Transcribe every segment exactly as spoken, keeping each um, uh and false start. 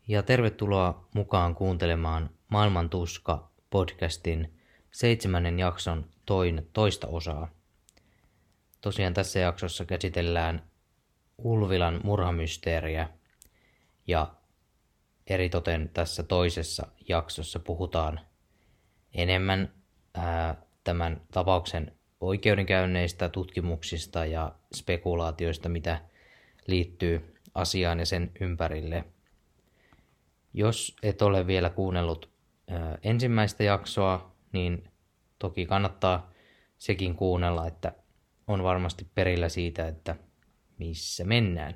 ja tervetuloa mukaan kuuntelemaan Maailman tuska podcastin seitsemännen jakson toin, toista osaa. Tosiaan tässä jaksossa käsitellään Ulvilan murhamysteeriä ja eritoten tässä toisessa jaksossa puhutaan enemmän ää, tämän tapauksen oikeudenkäynneistä, tutkimuksista ja spekulaatioista, mitä liittyy asiaan ja sen ympärille. Jos et ole vielä kuunnellut ää, ensimmäistä jaksoa, niin toki kannattaa sekin kuunnella, että on varmasti perillä siitä, että missä mennään.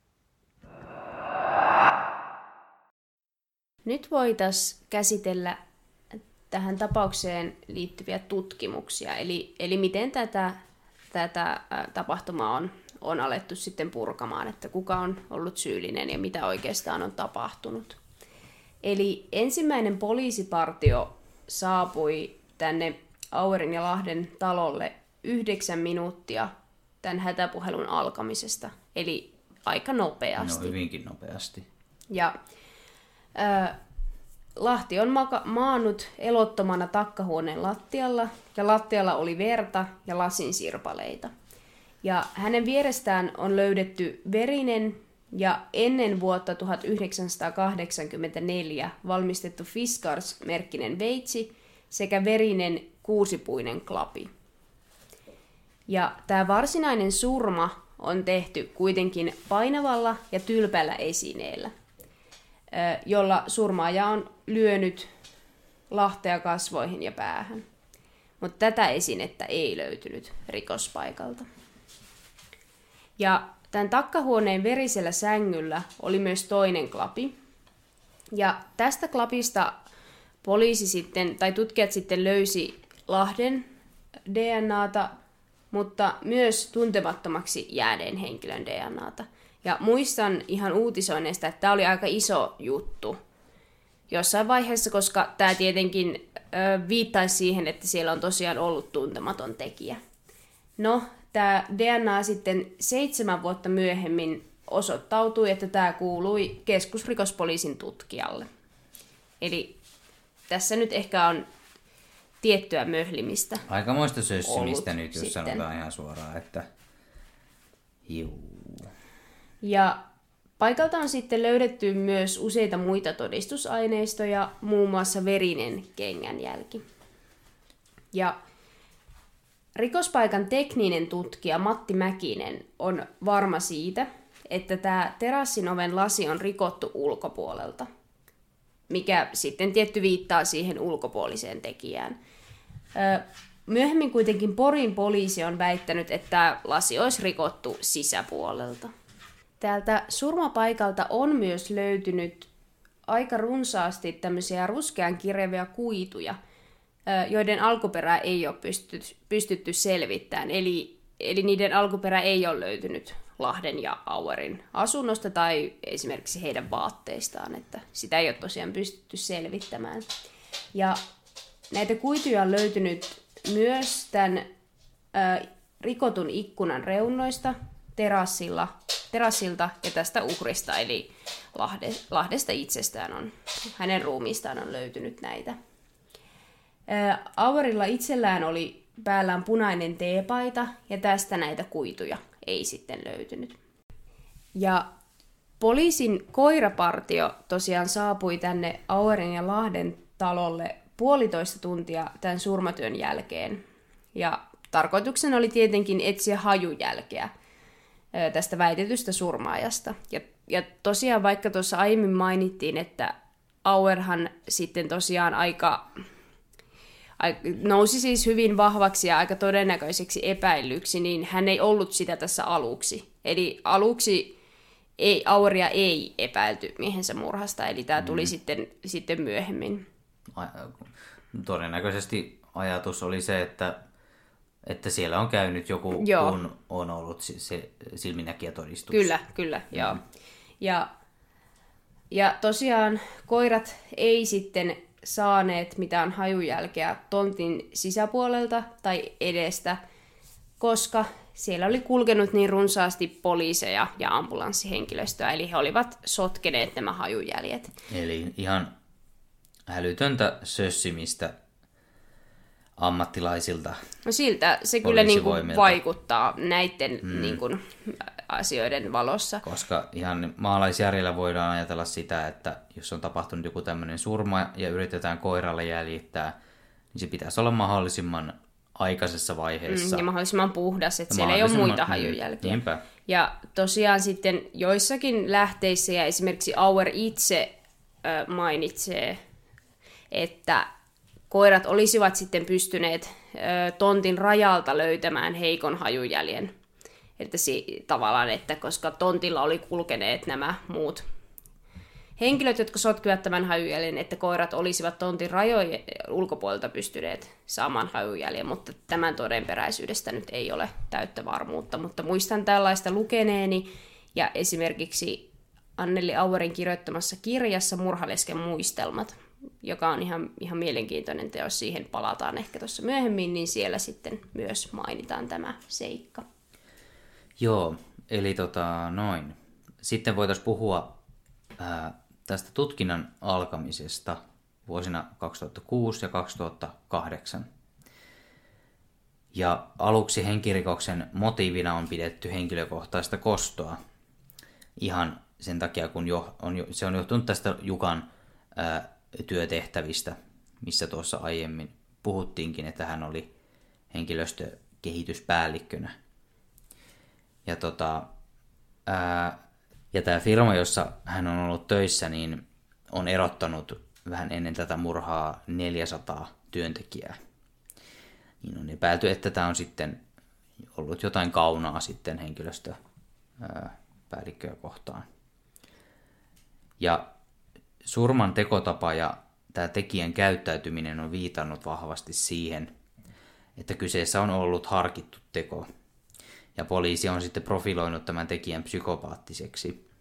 Nyt voitaisiin käsitellä tähän tapaukseen liittyviä tutkimuksia, eli, eli miten tätä, tätä tapahtumaa on, on alettu sitten purkamaan, että kuka on ollut syyllinen ja mitä oikeastaan on tapahtunut. Eli ensimmäinen poliisipartio saapui tänne Auerin ja Lahden talolle yhdeksän minuuttia tämän hätäpuhelun alkamisesta, eli aika nopeasti. No hyvinkin nopeasti. Ja äh, Lahti on maka- maannut elottomana takkahuoneen lattialla, ja lattialla oli verta ja lasinsirpaleita. Ja hänen vierestään on löydetty verinen ja ennen vuotta tuhatyhdeksänsataakahdeksankymmentäneljä valmistettu Fiskars-merkkinen veitsi sekä verinen kuusipuinen klapi. Ja tämä varsinainen surma on tehty kuitenkin painavalla ja tylpällä esineellä, jolla surmaaja on lyönyt Lahtea kasvoihin ja päähän. Mutta tätä esinettä ei löytynyt rikospaikalta. Ja tämän takkahuoneen verisellä sängyllä oli myös toinen klapi. Ja tästä klapista poliisi sitten, tai tutkijat sitten löysi Lahden D N A:ta, mutta myös tuntemattomaksi jääneen henkilön D N A:ta. Ja muistan ihan uutisoinneista, että tämä oli aika iso juttu jossain vaiheessa, koska tämä tietenkin ö, viittaisi siihen, että siellä on tosiaan ollut tuntematon tekijä. No, tämä D N A sitten seitsemän vuotta myöhemmin osoittautui, että tämä kuului keskusrikospoliisin tutkijalle. Eli tässä nyt ehkä on tiettyä möhlimistä. Aikamoista sössimistä nyt, jos sitten sanotaan ihan suoraan, että juu. Ja paikalta on sitten löydetty myös useita muita todistusaineistoja, muun muassa verinen kengänjälki. Ja rikospaikan tekninen tutkija Matti Mäkinen on varma siitä, että tämä terassin oven lasi on rikottu ulkopuolelta, mikä sitten tietty viittaa siihen ulkopuoliseen tekijään. Myöhemmin kuitenkin Porin poliisi on väittänyt, että lasi olisi rikottu sisäpuolelta. Täältä surmapaikalta on myös löytynyt aika runsaasti tämmöisiä ruskean kirjavia kuituja, joiden alkuperää ei ole pystytty, pystytty selvittämään. Eli, eli niiden alkuperä ei ole löytynyt Lahden ja Auerin asunnosta tai esimerkiksi heidän vaatteistaan, että sitä ei ole tosiaan pystytty selvittämään. Ja näitä kuituja on löytynyt myös tämän ä, rikotun ikkunan reunoista, terassilla, terassilta ja tästä uhrista, eli Lahde, Lahdesta itsestään on, hänen ruumiistaan on löytynyt näitä. Ä, Auerilla itsellään oli päällään punainen teepaita, ja tästä näitä kuituja ei sitten löytynyt. Ja poliisin koirapartio tosiaan saapui tänne Auerin ja Lahden talolle puolitoista tuntia tämän surmatyön jälkeen. Ja tarkoituksena oli tietenkin etsiä hajujälkeä tästä väitetystä surmaajasta. Ja, ja tosiaan vaikka tuossa aiemmin mainittiin, että Auerhan sitten tosiaan aika, aika nousi siis hyvin vahvaksi ja aika todennäköiseksi epäillyksi, niin hän ei ollut sitä tässä aluksi. Eli aluksi ei, Aueria ei epäilty miehensä murhasta, eli tämä tuli mm. sitten, sitten myöhemmin. Todennäköisesti ajatus oli se, että, että siellä on käynyt joku, kun on ollut se silminnäkijätodistus. Kyllä, kyllä, mm. joo. Ja, ja tosiaan koirat ei sitten saaneet mitään hajujälkeä tontin sisäpuolelta tai edestä, koska siellä oli kulkenut niin runsaasti poliiseja ja ambulanssihenkilöstöä, eli he olivat sotkeneet nämä hajujäljet. Eli ihan älytöntä sössimistä ammattilaisilta. No siltä se kyllä niin kuin vaikuttaa näiden mm. niin kuin, asioiden valossa. Koska ihan maalaisjärjellä voidaan ajatella sitä, että jos on tapahtunut joku tämmöinen surma ja yritetään koiralle jäljittää, niin se pitäisi olla mahdollisimman aikaisessa vaiheessa. Mm, ja mahdollisimman puhdas, että siellä ei ole muita hajujälkiä. Niinpä. Ja tosiaan sitten joissakin lähteissä, ja esimerkiksi Auer itse äh, mainitsee, että koirat olisivat sitten pystyneet ö, tontin rajalta löytämään heikon hajujäljen. Että si- tavallaan, että koska tontilla oli kulkeneet nämä muut henkilöt, jotka sotkivat tämän hajujäljen, että koirat olisivat tontin rajojen ulkopuolelta pystyneet saamaan hajujäljen, mutta tämän todenperäisyydestä nyt ei ole täyttä varmuutta. Mutta muistan tällaista lukeneeni, ja esimerkiksi Anneli Auerin kirjoittamassa kirjassa Murhalesken muistelmat, joka on ihan, ihan mielenkiintoinen teos, siihen palataan ehkä tuossa myöhemmin, niin siellä sitten myös mainitaan tämä seikka. Joo, eli tota, noin. Sitten voitaisiin puhua ää, tästä tutkinnan alkamisesta vuosina kaksituhattakuusi ja kaksituhattakahdeksan. Ja aluksi henkirikoksen motiivina on pidetty henkilökohtaista kostoa. Ihan sen takia, kun jo, on, se on johtunut tästä Jukan ää, työtehtävistä, missä tuossa aiemmin puhuttiinkin, että hän oli henkilöstökehityspäällikkönä. Ja, tota, ää, ja tämä firma, jossa hän on ollut töissä, niin on erottanut vähän ennen tätä murhaa neljäsataa työntekijää. Niin on epäilty, että tämä on sitten ollut jotain kaunaa sitten henkilöstöpäällikköä kohtaan. Ja surman tekotapa ja tämä tekijän käyttäytyminen on viitannut vahvasti siihen, että kyseessä on ollut harkittu teko. Ja poliisi on sitten profiloinut tämän tekijän psykopaattiseksi.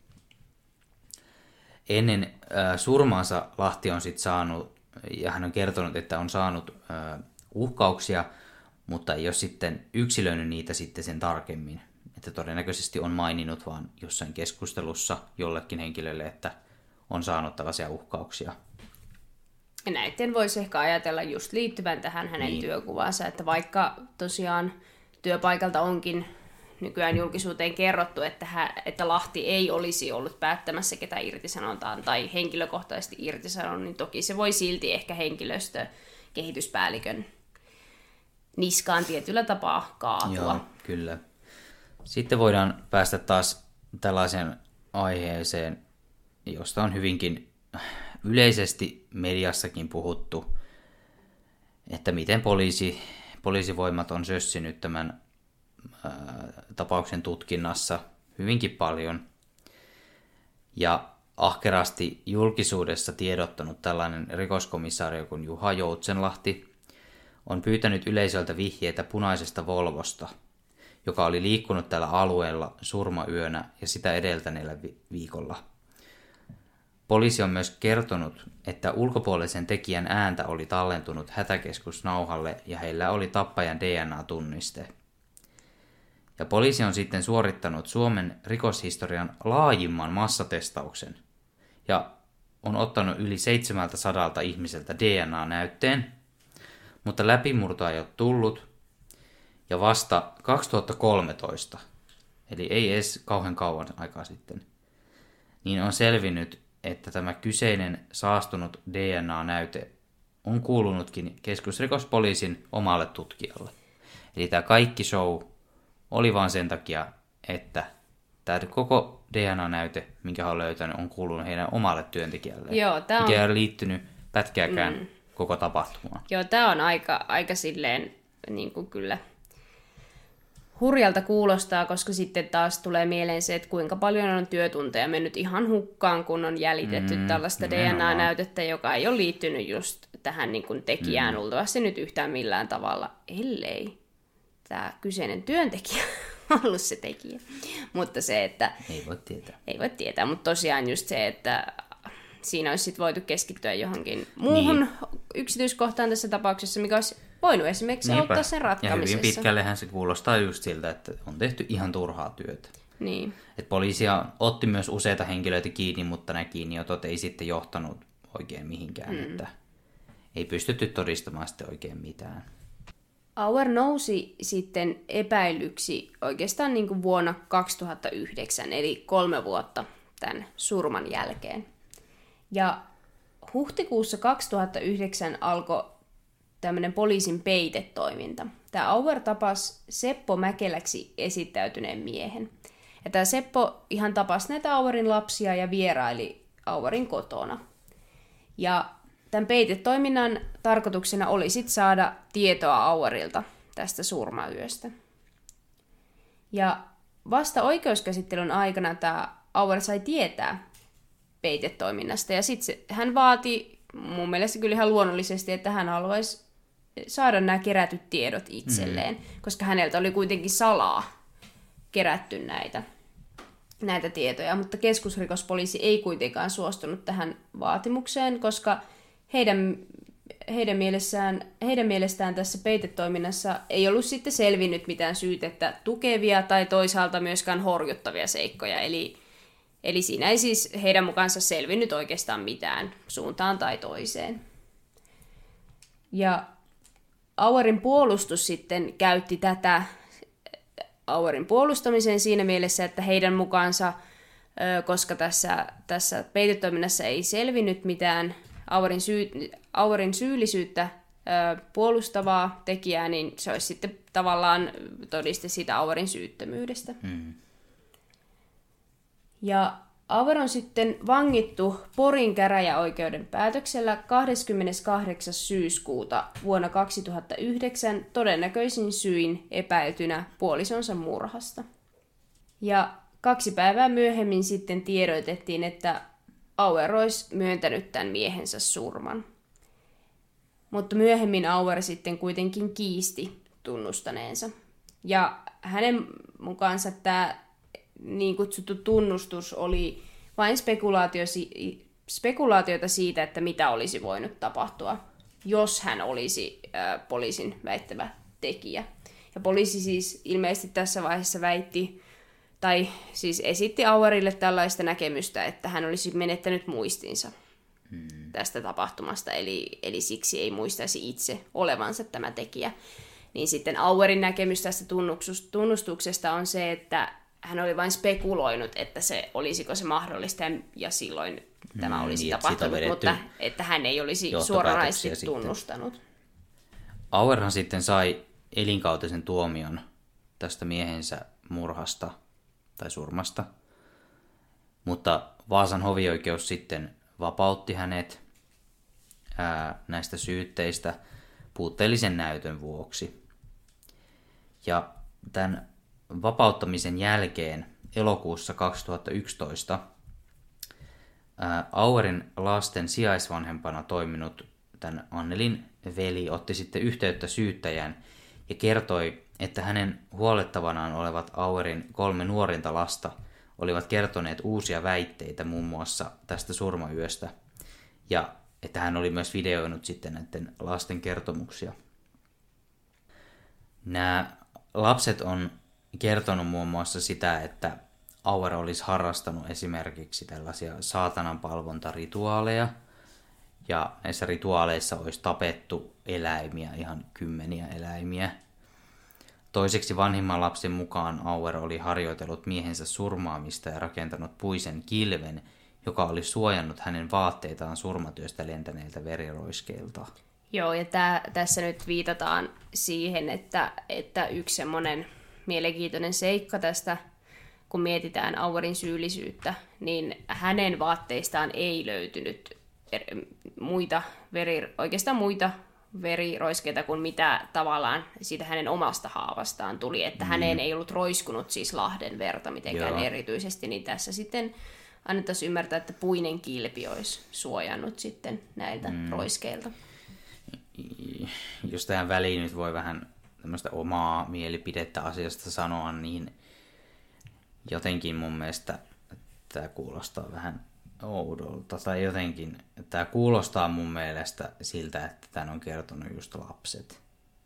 Ennen äh, surmaansa Lahti on sitten saanut, ja hän on kertonut, että on saanut äh, uhkauksia, mutta ei ole sitten yksilöinyt niitä sitten sen tarkemmin. Että todennäköisesti on maininnut vaan jossain keskustelussa jollekin henkilölle, että on saanut tällaisia uhkauksia. Ja näiden voisi ehkä ajatella just liittyvän tähän hänen niin. työkuvaansa, että vaikka tosiaan työpaikalta onkin nykyään julkisuuteen kerrottu, että, hän, että Lahti ei olisi ollut päättämässä, ketä irtisanotaan tai henkilökohtaisesti irtisanon, niin toki se voi silti ehkä henkilöstökehityspäällikön niskaan tietyllä tapaa kaatua. Joo, kyllä. Sitten voidaan päästä taas tällaiseen aiheeseen, josta on hyvinkin yleisesti mediassakin puhuttu, että miten poliisi, poliisivoimat on sössinyt tämän ää, tapauksen tutkinnassa hyvinkin paljon. Ja ahkerasti julkisuudessa tiedottanut tällainen rikoskomissario kuin Juha Joutsenlahti on pyytänyt yleisöltä vihjeitä punaisesta Volvosta, joka oli liikkunut tällä alueella surmayönä ja sitä edeltäneellä viikolla. Poliisi on myös kertonut, että ulkopuolisen tekijän ääntä oli tallentunut hätäkeskusnauhalle ja heillä oli tappajan D N A-tunniste. Ja poliisi on sitten suorittanut Suomen rikoshistorian laajimman massatestauksen ja on ottanut yli seitsemältäsadalta ihmiseltä D N A-näytteen, mutta läpimurtoa ei ole tullut ja vasta kaksituhattakolmetoista, eli ei edes kauhean kauan aikaa sitten, niin on selvinnyt, että tämä kyseinen saastunut D N A-näyte on kuulunutkin keskusrikospoliisin omalle tutkijalle. Eli tämä kaikki show oli vain sen takia, että tämä koko D N A-näyte, minkä hän on löytänyt, on kuulunut heidän omalle työntekijälleen. Joo, tämä on... Mikä ei ole liittynyt pätkääkään mm. koko tapahtumaan. Joo, tämä on aika, aika silleen niin kuin kyllä hurjalta kuulostaa, koska sitten taas tulee mieleen se, että kuinka paljon on työtunteja mennyt ihan hukkaan, kun on jäljitetty mm, tällaista D N A-näytettä, joka ei ole liittynyt just tähän niin kuin tekijään mm. luultavasti nyt yhtään millään tavalla, ellei tämä kyseinen työntekijä ollut se tekijä. Mutta se, että... Ei voi tietää. Ei voi tietää, mutta tosiaan just se, että siinä olisi sitten voitu keskittyä johonkin muuhun niin. yksityiskohtaan tässä tapauksessa, mikä olisi voinut esimerkiksi Niinpä. auttaa sen ratkaamisessa. Ja hyvin pitkällehän se kuulostaa just siltä, että on tehty ihan turhaa työtä. Niin. Et poliisia otti myös useita henkilöitä kiinni, mutta nämä kiinniotot ei sitten johtanut oikein mihinkään. Mm. Että ei pystytty todistamaan sitten oikein mitään. Auer nousi sitten epäilyksi oikeastaan niin kuin vuonna kaksituhattayhdeksän, eli kolme vuotta tämän surman jälkeen. Ja huhtikuussa kaksituhattayhdeksän alkoi tämmöinen poliisin peitetoiminta. Tämä Auer tapasi Seppo Mäkeläksi esittäytyneen miehen. Ja tämä Seppo ihan tapasi näitä Auerin lapsia ja vieraili Auerin kotona. Ja tämän peitetoiminnan tarkoituksena oli sit saada tietoa Auerilta tästä surmayöstä. Ja vasta oikeuskäsittelyn aikana tämä Auer sai tietää peitetoiminnasta. Ja sitten hän vaati, mun mielestä kyllä ihan luonnollisesti, että hän haluaisi saada nämä kerätyt tiedot itselleen, mm. koska häneltä oli kuitenkin salaa kerätty näitä, näitä tietoja. Mutta keskusrikospoliisi ei kuitenkaan suostunut tähän vaatimukseen, koska heidän, heidän, mielestään, heidän mielestään tässä peitetoiminnassa ei ollut sitten selvinnyt mitään syytettä tukevia tai toisaalta myöskään horjuttavia seikkoja. Eli, eli siinä ei siis heidän mukaansa selvinnyt oikeastaan mitään suuntaan tai toiseen. Ja Auerin puolustus sitten käytti tätä Auerin puolustamiseen siinä mielessä, että heidän mukaansa, koska tässä, tässä peitetoiminnassa ei selvinnyt mitään Auerin, syy, Auerin syyllisyyttä puolustavaa tekijää, niin se olisi sitten tavallaan todiste siitä Auerin syyttömyydestä. Mm. Ja Auer on sitten vangittu Porin käräjäoikeuden päätöksellä kahdeskymmeneskahdeksas syyskuuta vuonna kaksituhattayhdeksän todennäköisin syin epäiltynä puolisonsa murhasta. Ja kaksi päivää myöhemmin sitten tiedotettiin, että Auer olisi myöntänyt tämän miehensä surman. Mutta myöhemmin Auer sitten kuitenkin kiisti tunnustaneensa. Ja hänen mukaansa tämä niin kutsuttu tunnustus oli vain spekulaatio, spekulaatioita siitä, että mitä olisi voinut tapahtua, jos hän olisi ää, poliisin väittävä tekijä. Ja poliisi siis ilmeisesti tässä vaiheessa väitti, tai siis esitti Auerille tällaista näkemystä, että hän olisi menettänyt muistinsa hmm. tästä tapahtumasta, eli, eli siksi ei muistaisi itse olevansa tämä tekijä. Niin sitten Auerin näkemys tästä tunnustuksesta on se, että hän oli vain spekuloinut, että se olisiko se mahdollista, ja silloin hmm, tämä olisi niin, tapahtunut, mutta että hän ei olisi suoranaisesti tunnustanut. Sitten. Auerhan sitten sai elinkautisen tuomion tästä miehensä murhasta tai surmasta, mutta Vaasan hovioikeus sitten vapautti hänet ää, näistä syytteistä puutteellisen näytön vuoksi. Ja tämän vapauttamisen jälkeen elokuussa kaksituhattayksitoista ää, Auerin lasten sijaisvanhempana toiminut tämän Annelin veli otti sitten yhteyttä syyttäjään ja kertoi, että hänen huolettavanaan olevat Auerin kolme nuorinta lasta olivat kertoneet uusia väitteitä muun muassa tästä surmayöstä, ja että hän oli myös videoinut sitten näiden lasten kertomuksia. Nämä lapset on kertonut muun muassa sitä, että Auer olisi harrastanut esimerkiksi tällaisia saatanan palvontarituaaleja, ja näissä rituaaleissa olisi tapettu eläimiä, ihan kymmeniä eläimiä. Toiseksi vanhimman lapsen mukaan Auer oli harjoitellut miehensä surmaamista ja rakentanut puisen kilven, joka oli suojannut hänen vaatteitaan surmatyöstä lentäneiltä veriroiskeilta. Joo, ja tää, tässä nyt viitataan siihen, että, että yksi semmoinen mielenkiintoinen seikka tästä, kun mietitään Auerin syyllisyyttä, niin hänen vaatteistaan ei löytynyt muita veri, oikeastaan muita veriroiskeita kuin mitä tavallaan siitä hänen omasta haavastaan tuli, että mm. häneen ei ollut roiskunut siis lahden verta mitenkään Joo. erityisesti, niin tässä sitten annettaisiin ymmärtää, että puinen kilpi olisi suojannut sitten näiltä mm. roiskeilta. Jos tähän väliin nyt voi vähän tämmöistä omaa mielipidettä asiasta sanoa, niin jotenkin mun mielestä tämä kuulostaa vähän oudolta, tai jotenkin tämä kuulostaa mun mielestä siltä, että tämän on kertonut just lapset.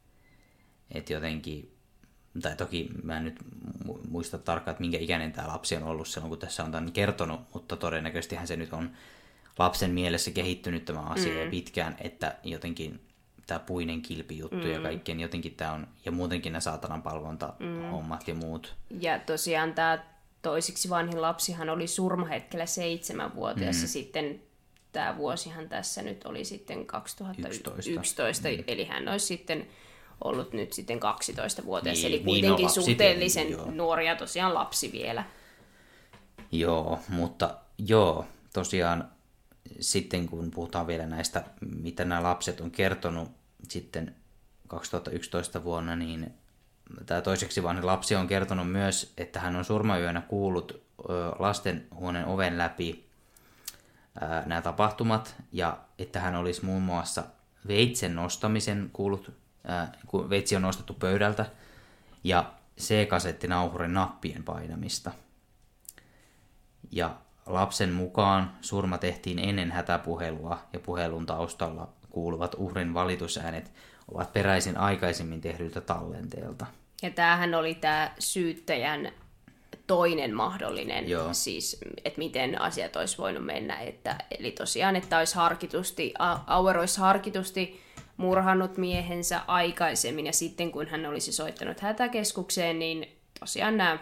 et jotenkin, tai toki mä en nyt muista tarkkaan, että minkä ikäinen tämä lapsi on ollut silloin, kun tässä on tämän kertonut, mutta todennäköisesti se nyt on lapsen mielessä kehittynyt tämä asia mm. jo pitkään, että jotenkin tämä puinen kilpijuttu mm. ja kaikkien jotenkin tämä on, ja muutenkin nämä saatanan palvontahommat mm. ja muut. Ja tosiaan tämä toisiksi vanhin lapsihan oli surmahetkellä seitsemänvuotias, mm. ja sitten tämä vuosihan tässä nyt oli sitten kaksituhattayksitoista, mm. eli hän olisi sitten ollut nyt sitten kaksitoistavuotias, niin, eli kuitenkin niin, no, suhteellisen sitten, nuoria tosiaan lapsi vielä. Joo, mutta joo, tosiaan sitten kun puhutaan vielä näistä, mitä nämä lapset on kertonut sitten kaksituhattayksitoista vuonna, niin tämä toiseksi vanhin lapsi on kertonut myös, että hän on surmayönä kuullut lastenhuoneen oven läpi ää, nämä tapahtumat, ja että hän olisi muun muassa veitsen nostamisen kuullut, ää, kun veitsi on nostettu pöydältä, ja C-kasettinauhurin nappien painamista. Ja lapsen mukaan surma tehtiin ennen hätäpuhelua, ja puhelun taustalla kuuluvat uhrin valitusäänet ovat peräisin aikaisemmin tehdyltä tallenteelta. Ja tämähän oli tämä syyttäjän toinen mahdollinen, Joo. siis, että miten asiat olisi voinut mennä. Että, eli tosiaan, että olisi harkitusti, Auer olisi harkitusti murhannut miehensä aikaisemmin, ja sitten kun hän olisi soittanut hätäkeskukseen, niin tosiaan nämä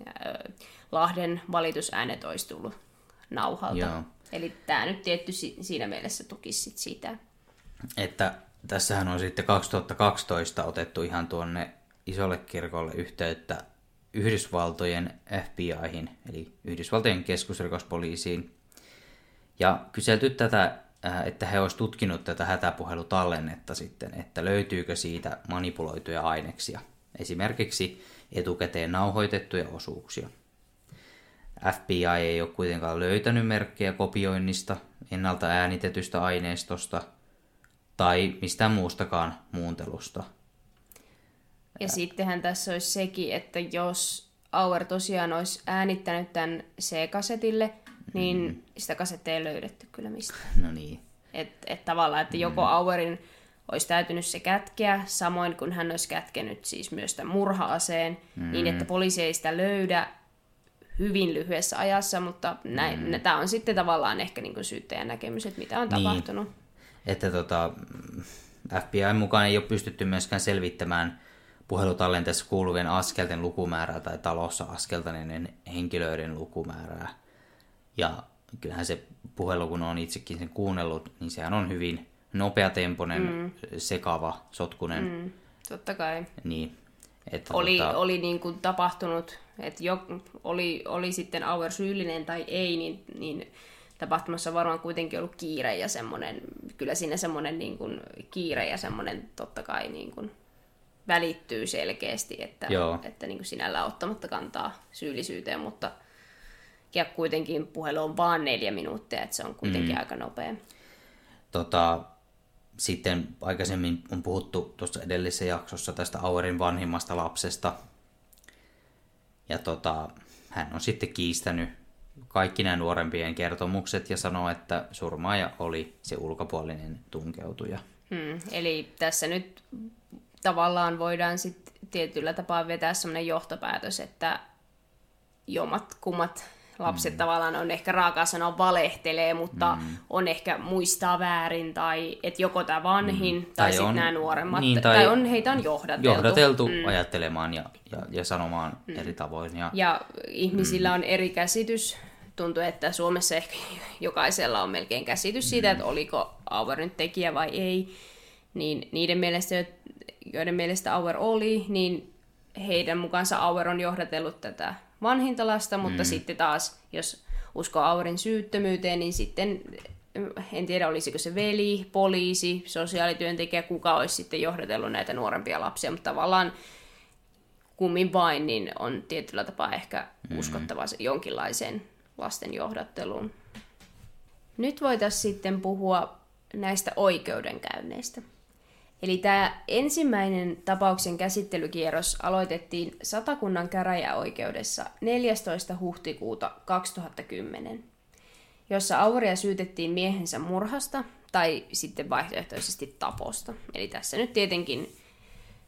Lahden valitusäänet olisi tullut nauhalta. Joo. Eli tämä nyt tietty siinä mielessä tukisi sit sitä. Että tässähän on sitten kaksituhattakaksitoista otettu ihan tuonne isolle kirkolle yhteyttä Yhdysvaltojen F B I:hin, eli Yhdysvaltojen keskusrikospoliisiin, ja kyselty tätä, että he olisivat tutkinut tätä hätäpuhelutallennetta sitten, että löytyykö siitä manipuloituja aineksia, esimerkiksi etukäteen nauhoitettuja osuuksia. F B I ei ole kuitenkaan löytänyt merkkejä kopioinnista, ennalta äänitetystä aineistosta tai mistään muustakaan muuntelusta. Ja sittenhän tässä olisi sekin, että jos Auer tosiaan olisi äänittänyt tämän C-kasetille, niin mm. sitä kasettia ei löydetty kyllä mistään. No niin. Että et tavallaan, että joko Auerin olisi täytynyt se kätkeä, samoin kuin hän olisi kätkenyt siis myös tämän murha-aseen, mm. niin että poliisi ei sitä löydä hyvin lyhyessä ajassa, mutta näin, mm. tämä on sitten tavallaan ehkä niin kuin syyttäjän näkemys, että mitä on niin. tapahtunut. Että tota, F B I mukaan ei ole pystytty myöskään selvittämään puhelutallenteessa kuuluvien askelten lukumäärää tai talossa askeltaneiden henkilöiden lukumäärää. Ja kyllähän se puhelu, kun on itsekin sen kuunnellut, niin sehän on hyvin nopeatempoinen, mm. sekava, sotkunen. Mm, totta kai. Niin, että oli tota... oli niin kuin tapahtunut, että jo, oli, oli sitten Auer syyllinen tai ei, niin, niin tapahtumassa on varmaan kuitenkin ollut kiire ja semmoinen, kyllä siinä semmoinen niin kuin kiire ja semmoinen totta kai niin kuin välittyy selkeästi, että, että niin kuin sinällään ottamatta kantaa syyllisyyteen, mutta ja kuitenkin puhelu on vaan neljä minuuttia, että se on kuitenkin mm. aika nopea. Tota, sitten aikaisemmin on puhuttu tuossa edellisessä jaksossa tästä Auerin vanhimmasta lapsesta. Ja tota, hän on sitten kiistänyt kaikki nämä nuorempien kertomukset ja sanoo, että surmaaja oli se ulkopuolinen tunkeutuja. Hmm, eli tässä nyt tavallaan voidaan sitten tietyllä tapaa vetää sellainen johtopäätös, että jommat kummat lapset mm. tavallaan on ehkä raakaa sanoa valehtelee, mutta mm. on ehkä muistaa väärin, tai että joko tämä vanhin, mm. tai, tai sitten nämä nuoremmat, niin, tai, tai on, heitä on johdateltu. Johdateltu mm. ajattelemaan ja, ja, ja sanomaan mm. eri tavoin. Ja, ja ihmisillä mm. on eri käsitys. Tuntuu, että Suomessa ehkä jokaisella on melkein käsitys siitä, mm. että oliko Auer nyt tekijä vai ei. Niin niiden mielestä, joiden mielestä Auer oli, niin heidän mukaansa Auer on johdatellut tätä vanhinta lasta, mutta mm. sitten taas, jos uskoo Auerin syyttömyyteen, niin sitten en tiedä, olisiko se veli, poliisi, sosiaalityöntekijä, kuka olisi sitten johdatellut näitä nuorempia lapsia, mutta tavallaan kummin vain, niin on tietyllä tapaa ehkä uskottava mm. jonkinlaiseen lasten johdatteluun. Nyt voitaisiin sitten puhua näistä oikeudenkäynneistä. Eli tämä ensimmäinen tapauksen käsittelykierros aloitettiin Satakunnan käräjäoikeudessa neljästoista huhtikuuta kaksituhattakymmenen, jossa Aueria syytettiin miehensä murhasta tai sitten vaihtoehtoisesti taposta. Eli tässä nyt tietenkin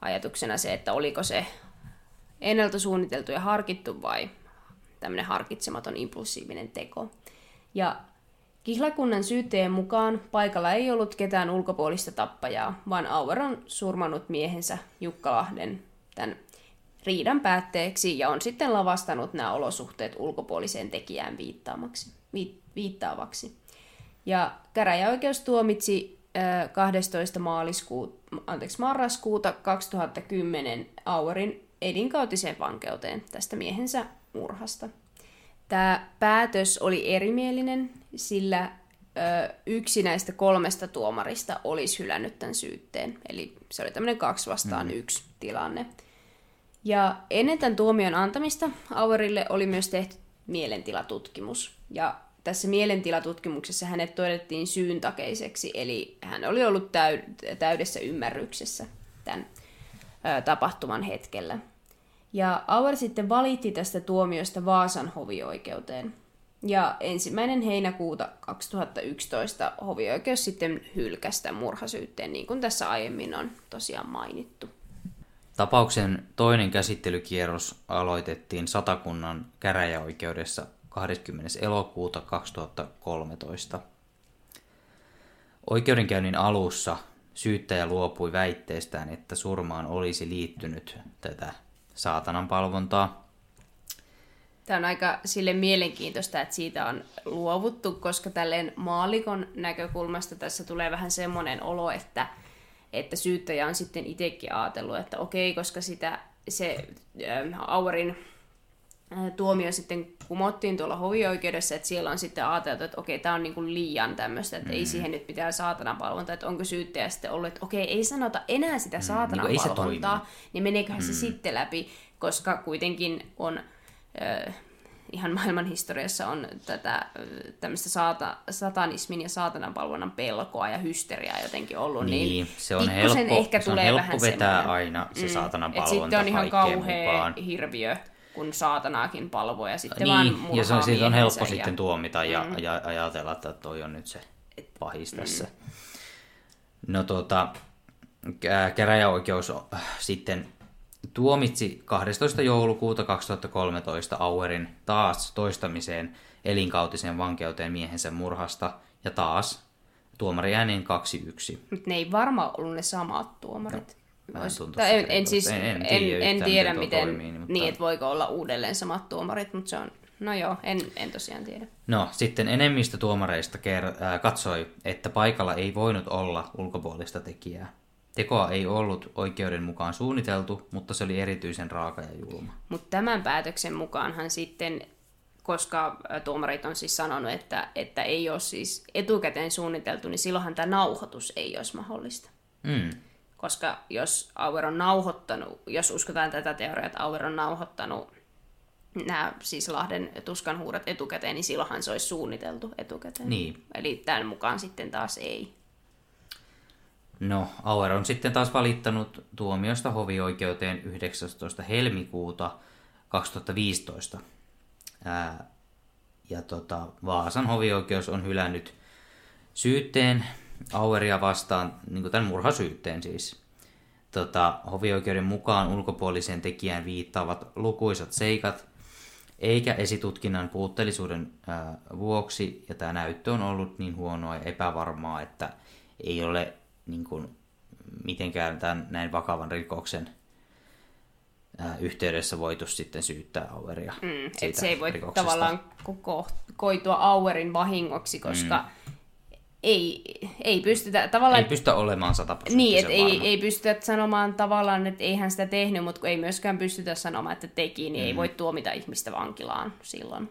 ajatuksena se, että oliko se ennalta suunniteltu ja harkittu vai tämmöinen harkitsematon impulsiivinen teko. Ja kihlakunnan syytteen mukaan paikalla ei ollut ketään ulkopuolista tappajaa, vaan Auer on surmannut miehensä Jukka Lahden tämän riidan päätteeksi ja on sitten lavastanut nämä olosuhteet ulkopuoliseen tekijään viittaamaksi, viittaavaksi. Ja käräjäoikeus tuomitsi kahdestoista maaliskuuta, anteeksi, marraskuuta kaksituhattakymmenen Auerin elinkautiseen vankeuteen tästä miehensä murhasta. Tämä päätös oli erimielinen, sillä ö, yksi näistä kolmesta tuomarista olisi hylännyt tämän syytteen. Eli se oli tämmöinen kaksi vastaan mm. yksi tilanne. Ja ennen tämän tuomion antamista Auerille oli myös tehty mielentilatutkimus. Ja tässä mielentilatutkimuksessa hänet todettiin syyntakeiseksi, eli hän oli ollut täyd- täydessä ymmärryksessä tämän ö, tapahtuman hetkellä. Ja Auer sitten valitti tästä tuomiosta Vaasan hovioikeuteen. Ja ensimmäinen heinäkuuta kaksituhattayksitoista hovioikeus sitten hylkäsi tämän murhasyytteen, niin kuin tässä aiemmin on tosiaan mainittu. Tapauksen toinen käsittelykierros aloitettiin Satakunnan käräjäoikeudessa kahdeskymmenes elokuuta kaksituhattakolmetoista. Oikeudenkäynnin alussa syyttäjä luopui väitteestään, että surmaan olisi liittynyt tätä saatanan palvontaa. Tämä on aika sille mielenkiintoista, että siitä on luovuttu, koska tälleen maallikon näkökulmasta tässä tulee vähän semmoinen olo, että, että syyttäjä on sitten itsekin ajatellut, että okei, koska sitä, se äh, Auerin äh, tuomio sitten kumottiin tuolla hovioikeudessa, että siellä on sitten ajateltu, että okei, tämä on niin kuin liian tämmöistä, että mm. ei siihen nyt pitää saatanan palvontaa, että onko syyttäjä sitten ollut, että okei, ei sanota enää sitä saatanan mm, niin palvontaa, niin meneeköhän mm. se sitten läpi, koska kuitenkin on äh, ihan maailman historiassa on tätä tämmöistä saata, satanismin ja saatanan palvonnan pelkoa ja hysteriaa jotenkin ollut, niin, niin se on helppo, ehkä se on tulee helppo vähän vetää semmoinen, aina se mm, saatanan palvonta sitten on ihan kauhea mukaan. hirviö, kun saatanaakin palvoo ja sitten niin, vaan murhaa ja se on, siitä on helppo ja... sitten tuomita ja, mm. ja ajatella, että toi on nyt se pahis tässä. Mm. No tuota, käräjäoikeus sitten tuomitsi kahdestoista joulukuuta kaksituhattakolmetoista Auerin taas toistamiseen elinkautiseen vankeuteen miehensä murhasta ja taas tuomari äänin kaksi yksi. Mutta ne ei varmaan ollut ne samat tuomarit. No, Ois, en, en, siis, en, en tiedä, en tiedä miten, toimii, mutta... niin, että voiko olla uudelleen samat tuomarit, mutta se on, no joo, en, en tosiaan tiedä. No, sitten enemmistö tuomareista ker- äh, katsoi, että paikalla ei voinut olla ulkopuolista tekijää. Tekoa ei ollut oikeuden mukaan suunniteltu, mutta se oli erityisen raaka ja julma. Mutta tämän päätöksen mukaanhan sitten, koska tuomarit on siis sanonut, että, että ei ole siis etukäteen suunniteltu, niin silloinhan tämä nauhoitus ei olisi mahdollista. Mm. Koska jos Auer on nauhoittanut, jos uskotaan tätä teoriaa, että Auer on nauhoittanut nämä siis Lahden tuskanhuudot etukäteen, niin silloinhan se olisi suunniteltu etukäteen. Niin. Eli tämän mukaan sitten taas ei. No, Auer on sitten taas valittanut tuomiosta hovioikeuteen yhdeksästoista helmikuuta kaksituhattaviisitoista. Ää, ja tota, Vaasan hovioikeus on hylännyt syytteen Aueria vastaan, niin kuin tämän murhasyytteen siis. Tota, hovioikeuden mukaan ulkopuoliseen tekijään viittaavat lukuisat seikat, eikä esitutkinnan puutteellisuuden ää, vuoksi, ja tämä näyttö on ollut niin huonoa ja epävarmaa, että ei ole niin kuin, mitenkään tämän näin vakavan rikoksen ää, yhteydessä voitu sitten syyttää Aueria. Mm, että se ei voi tavallaan koko, koitua Auerin vahingoksi, koska mm. ei, ei pystytä tavallaan... Ei pystytä olemaan sataprosenttisen Niin, että varma. ei, ei pystytä sanomaan tavallaan, että eihän sitä tehnyt, mutta ei myöskään pystytä sanomaan, että teki, niin mm. ei voi tuomita ihmistä vankilaan silloin.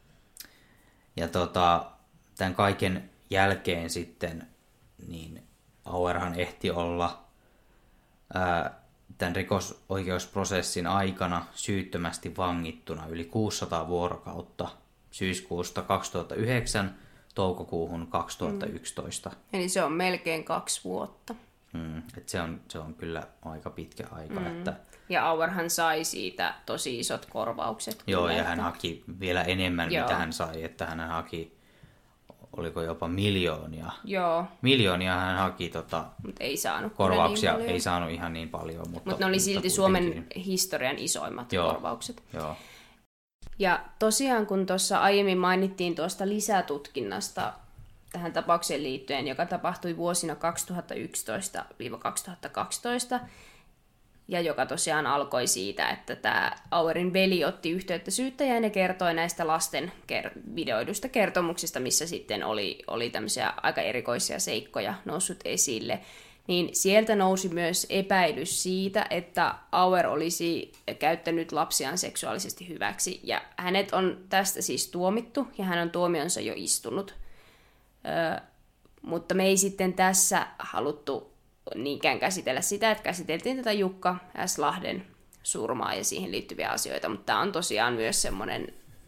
Ja tota, tämän kaiken jälkeen sitten, niin Auerhan ehti olla ää, tämän rikosoikeusprosessin aikana syyttömästi vangittuna yli kuusisataa vuorokautta syyskuusta kaksituhattayhdeksän toukokuuhun kaksituhattayksitoista. Mm. Eli se on melkein kaksi vuotta. Mm, et se, on, se on kyllä aika pitkä aika. Mm. Että... Ja Auerhan sai siitä tosi isot korvaukset. Joo, kyllä, ja että... hän haki vielä enemmän, Joo. mitä hän sai, että hän haki oliko jopa miljoonia. Joo. Miljoonia hän haki tota, Mut ei saanut korvauksia, niin ei saanut ihan niin paljon. Mutta, Mut ne oli silti mutta Suomen historian isoimmat Joo. korvaukset. Joo. Ja tosiaan, kun tuossa aiemmin mainittiin tuosta lisätutkinnasta tähän tapaukseen liittyen, joka tapahtui vuosina kaksituhattayksitoista kaksituhattakaksitoista, ja joka tosiaan alkoi siitä, että tämä Auerin veli otti yhteyttä syyttäjään ja kertoi näistä lasten ker- videoidusta kertomuksista, missä sitten oli, oli tämmöisiä aika erikoisia seikkoja noussut esille. Niin sieltä nousi myös epäilys siitä, että Auer olisi käyttänyt lapsiaan seksuaalisesti hyväksi. Ja hänet on tästä siis tuomittu, ja hän on tuomionsa jo istunut. Ö, mutta me ei sitten tässä haluttu niinkään käsitellä sitä, että käsiteltiin tätä Jukka S. Lahden surmaa ja siihen liittyviä asioita. Mutta tämä on tosiaan myös semmoinen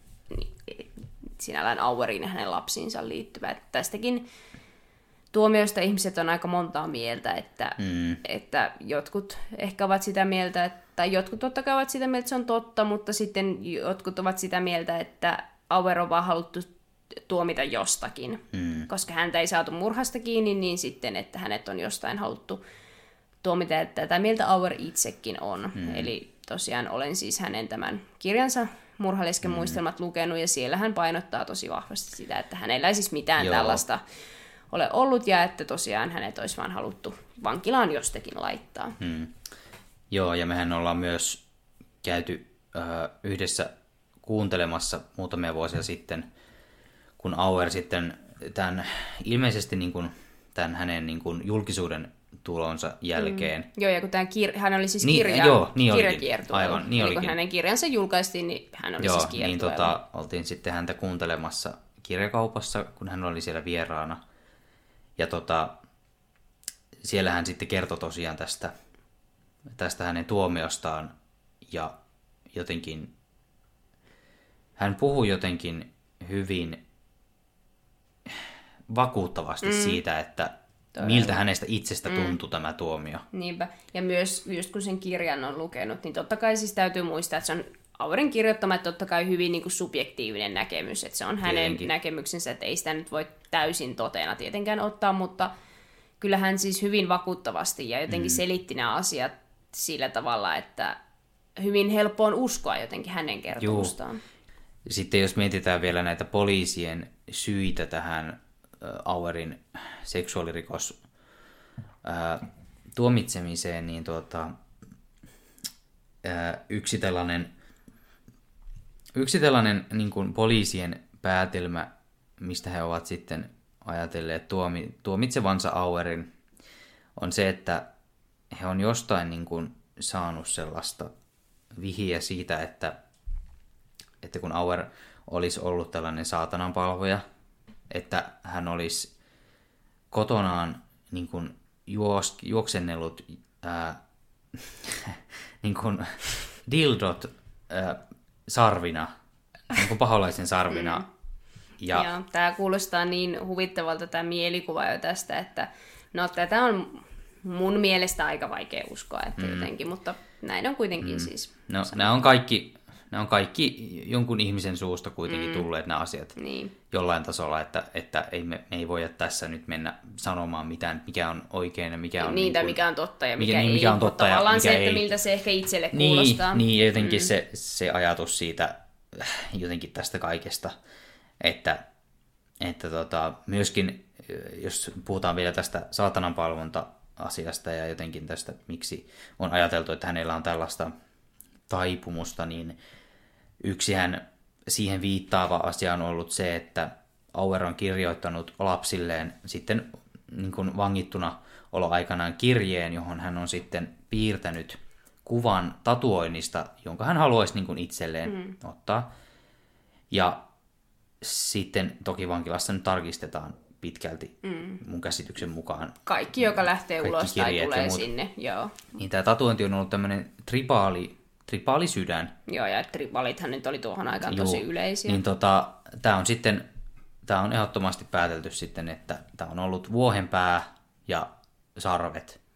sinällään Aueriin ja hänen lapsiinsa liittyvä. Että tästäkin tuomioista ihmiset on aika montaa mieltä, että, mm. että jotkut ehkä ovat sitä mieltä, että, tai jotkut totta kai ovat sitä mieltä, että se on totta, mutta sitten jotkut ovat sitä mieltä, että Auer on vaan haluttu tuomita jostakin. Mm. Koska häntä ei saatu murhasta kiinni, niin sitten, että hänet on jostain haluttu tuomita, että tätä mieltä Auer itsekin on. Mm. Eli tosiaan olen siis hänen tämän kirjansa Murhalesken mm. muistelmat lukenut, ja siellä hän painottaa tosi vahvasti sitä, että hänellä ei siis mitään Joo. tällaista ole ollut, ja että tosiaan hänet olisi vaan haluttu vankilaan jostakin laittaa. Hmm. Joo, ja mehän ollaan myös käyty ö, yhdessä kuuntelemassa muutamia vuosia sitten, kun Auer sitten tämän, ilmeisesti niin kuin, tämän hänen niin kuin, julkisuuden tulonsa jälkeen. Mm. Joo, ja kun tämän kir- hän oli siis niin, kirja, joo, niin kirjakiertueella. Aivan, niin Eli kun hänen kirjansa julkaistiin, niin hän oli joo, siis kiertueella. Niin tota, oltiin sitten häntä kuuntelemassa kirjakaupassa, kun hän oli siellä vieraana. Ja tota, siellä hän sitten kertoi tosiaan tästä, tästä hänen tuomiostaan, ja jotenkin hän puhui jotenkin hyvin vakuuttavasti mm. siitä, että Todella. miltä hänestä itsestä tuntui mm. tämä tuomio. Niinpä, ja myös just kun sen kirjan on lukenut, niin totta kai siis täytyy muistaa, että se on Auerin kirjoittama, että totta kai hyvin niin kuin subjektiivinen näkemys, että se on hänen Tietenkin. näkemyksensä, että ei sitä nyt voi täysin totena tietenkään ottaa, mutta kyllä hän siis hyvin vakuuttavasti ja jotenkin mm. selitti nämä asiat sillä tavalla, että hyvin helppo on uskoa jotenkin hänen kertomustaan. Juu. Sitten jos mietitään vielä näitä poliisien syitä tähän Auerin seksuaalirikos ää, tuomitsemiseen, niin tuota, ää, yksi tällainen Yksi tällainen niin kuin poliisien päätelmä, mistä he ovat sitten ajatelleet tuomi, tuomitsevansa Auerin, on se, että he on jostain niin kuin saanut sellaista vihiä siitä, että, että kun Auer olisi ollut tällainen saatananpalvoja, että hän olisi kotonaan niin kuin juos, juoksennellut ää, niin kuin dildot ää, sarvina, niin kuin paholaisen sarvina. Mm. Ja... Joo, tämä kuulostaa niin huvittavalta tämä mielikuva jo tästä, että no tätä on mun mielestä aika vaikea uskoa, että mm. jotenkin, mutta näin on kuitenkin mm. siis. No nämä on kaikki, nämä on kaikki jonkun ihmisen suusta kuitenkin mm. tulleet nämä asiat niin. jollain tasolla, että, että ei me, me ei voida tässä nyt mennä sanomaan mitään, mikä on oikein ja mikä on... Niin, niin kuin, mikä on totta ja mikä, mikä ei, mikä on totta ja tavallaan mikä se, ei. että miltä se ehkä itselle niin, kuulostaa. Niin, ja jotenkin mm. se, se ajatus siitä jotenkin tästä kaikesta, että, että tota, myöskin, jos puhutaan vielä tästä saatananpalvonta-asiasta ja jotenkin tästä, miksi on ajateltu, että hänellä on tällaista taipumusta, niin yksihän siihen viittaava asia on ollut se, että Auer on kirjoittanut lapsilleen sitten niin kuin vangittuna oloaikanaan kirjeen, johon hän on sitten piirtänyt kuvan tatuoinnista, jonka hän haluaisi niin kuin itselleen mm. ottaa. Ja sitten toki vankilassa nyt tarkistetaan pitkälti mm. mun käsityksen mukaan. Kaikki, joka lähtee ulos tai tulee sinne. Joo. Niin tämä tatuointi on ollut tämmöinen tripaali, tripaali sydän. Joo, ja tripalithan nyt oli tuohon aikaan Juu. tosi yleisiä. Niin tota, tämä on sitten, tämä on ehdottomasti päätelty sitten, että tämä on ollut vuohenpää ja sarvet.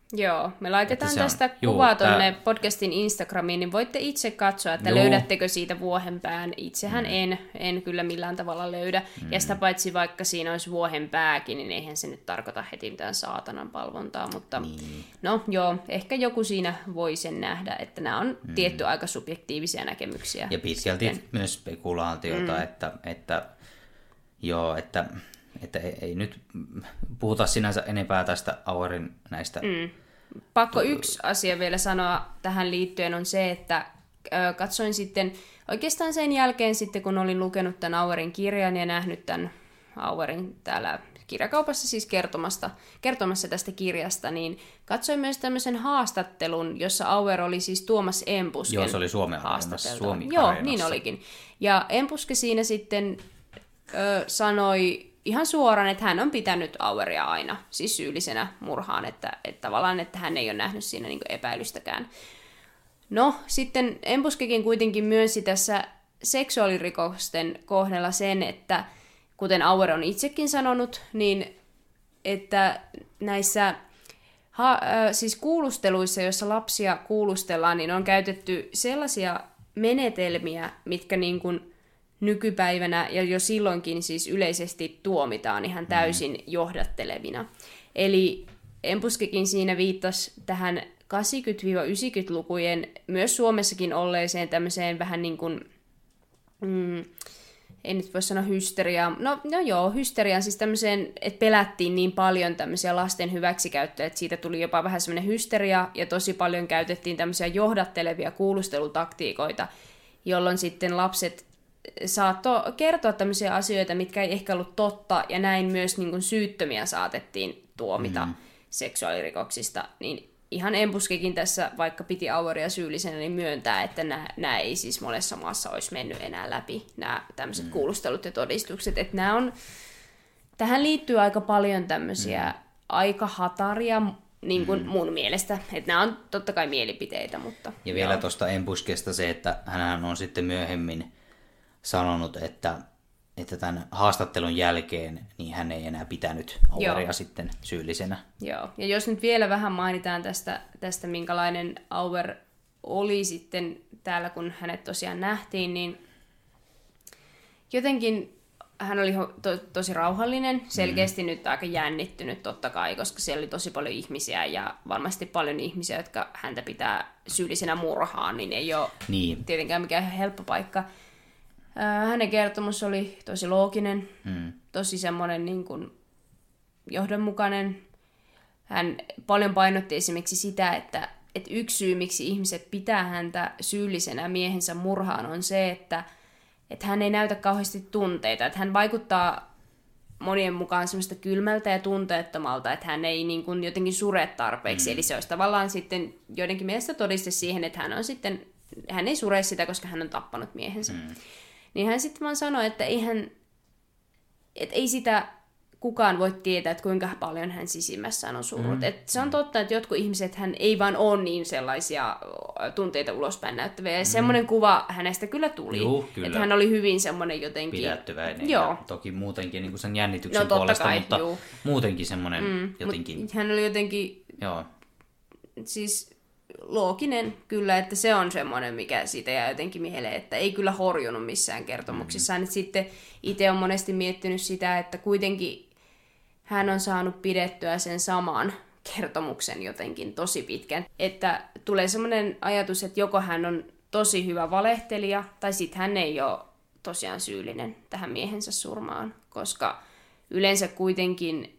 Joo, me laitetaan Että se on- tästä juu, kuvaa tää- tuonne podcastin Instagramiin, niin voitte itse katsoa, että Juu. löydättekö siitä vuohenpään. Itsehän mm. en, en kyllä millään tavalla löydä. Mm. Ja sitä paitsi vaikka siinä olisi vuohenpääkin, niin eihän se nyt tarkoita heti mitään saatanan palvontaa. Mutta Niin. no joo, ehkä joku siinä voi sen nähdä, että nämä on mm. tietty aika subjektiivisia näkemyksiä. Ja pitkälti sitten. myös spekulaatiota, mm. että, että, joo, että, että ei, ei nyt puhuta sinänsä enempää tästä Auerin näistä. Mm. Pakko yksi asia vielä sanoa tähän liittyen on se, että ö, katsoin sitten oikeastaan sen jälkeen sitten, kun olin lukenut tämän Auerin kirjan ja nähnyt tämän Auerin täällä kirjakaupassa siis kertomasta, kertomassa tästä kirjasta, niin katsoin myös tämmöisen haastattelun, jossa Auer oli siis Tuomas Empusken Joo, se oli Suomen haastateltava. Suomi Joo, Areenassa. niin olikin. Ja Empuske siinä sitten ö, sanoi ihan suoraan, että hän on pitänyt Aueria aina siis syyllisenä murhaan, että, että tavallaan, että hän ei ole nähnyt siinä niin kuin epäilystäkään. No, sitten Empuskekin kuitenkin myönsi tässä seksuaalirikosten kohdalla sen, että kuten Auer on itsekin sanonut, niin että näissä ha, äh, siis kuulusteluissa, joissa lapsia kuulustellaan, niin on käytetty sellaisia menetelmiä, mitkä niin kuin nykypäivänä ja jo silloinkin siis yleisesti tuomitaan ihan täysin johdattelevina. Eli Empuskekin siinä viittasi tähän kahdeksankymmentä-yhdeksänkymmentälukujen myös Suomessakin olleeseen tämmöiseen vähän niin kuin, mm, ei nyt voi sanoa hysteriaa, no, no joo, hysteriaan siis tämmöiseen, että pelättiin niin paljon tämmöisiä lasten hyväksikäyttöjä, että siitä tuli jopa vähän semmoinen hysteria, ja tosi paljon käytettiin tämmöisiä johdattelevia kuulustelutaktiikoita, jolloin sitten lapset saattoi kertoa tämmöisiä asioita, mitkä ei ehkä ollut totta, ja näin myös niin kuin syyttömiä saatettiin tuomita mm-hmm. seksuaalirikoksista, niin ihan Empuskekin tässä, vaikka piti Aueria syyllisenä, niin myöntää, että nämä, nämä ei siis monessa maassa olisi mennyt enää läpi, nämä tämmöiset mm. kuulustelut ja todistukset. Että nämä on, tähän liittyy aika paljon tämmöisiä mm. aika hataria, niin kuin mm. mun mielestä. Että nämä on totta kai mielipiteitä, mutta... Ja vielä tuosta Empuskesta se, että hän on sitten myöhemmin sanonut, että että tämän haastattelun jälkeen niin hän ei enää pitänyt Aueria Joo. sitten syyllisenä. Joo, ja jos nyt vielä vähän mainitaan tästä, tästä minkälainen Auer oli sitten täällä, kun hänet tosiaan nähtiin, niin jotenkin hän oli to, tosi rauhallinen, selkeästi mm. nyt aika jännittynyt totta kai, koska siellä oli tosi paljon ihmisiä ja varmasti paljon ihmisiä, jotka häntä pitää syyllisenä murhaan, niin ei ole niin. tietenkään mikään ihan helppo paikka. Hänen kertomus oli tosi looginen, hmm. tosi semmoinen niin kuin johdonmukainen. Hän paljon painotti esimerkiksi sitä, että, että yksi syy, miksi ihmiset pitää häntä syyllisenä miehensä murhaan, on se, että, että hän ei näytä kauheasti tunteita. Että hän vaikuttaa monien mukaan semmoista kylmältä ja tunteettomalta, että hän ei niin kuin jotenkin sure tarpeeksi. Hmm. Eli se olisi tavallaan sitten joidenkin mielestä todiste siihen, että hän, on sitten, hän ei sure sitä, koska hän on tappanut miehensä. Hmm. Niin hän sitten vaan sanoi, että eihän, et ei sitä kukaan voi tietää, että kuinka paljon hän sisimmässään on surrut. Mm. Et se on totta, että jotkut ihmiset hän ei vaan ole niin sellaisia tunteita ulospäin näyttäviä. Ja mm. semmoinen kuva hänestä kyllä tuli. Juu, kyllä. Että hän oli hyvin semmoinen jotenkin... pidättyväinen. Joo. Ja toki muutenkin niin kuin sen jännityksen no, puolesta, kai, mutta juu. muutenkin semmoinen mm, jotenkin... hän oli jotenkin... Joo. Siis... looginen kyllä, että se on semmoinen, mikä siitä jää jotenkin mieleen, että ei kyllä horjunut missään kertomuksissaan. Mm-hmm. Sitten itse on monesti miettinyt sitä, että kuitenkin hän on saanut pidettyä sen saman kertomuksen jotenkin tosi pitkän. Että tulee semmoinen ajatus, että joko hän on tosi hyvä valehtelija, tai sitten hän ei ole tosiaan syyllinen tähän miehensä surmaan, koska yleensä kuitenkin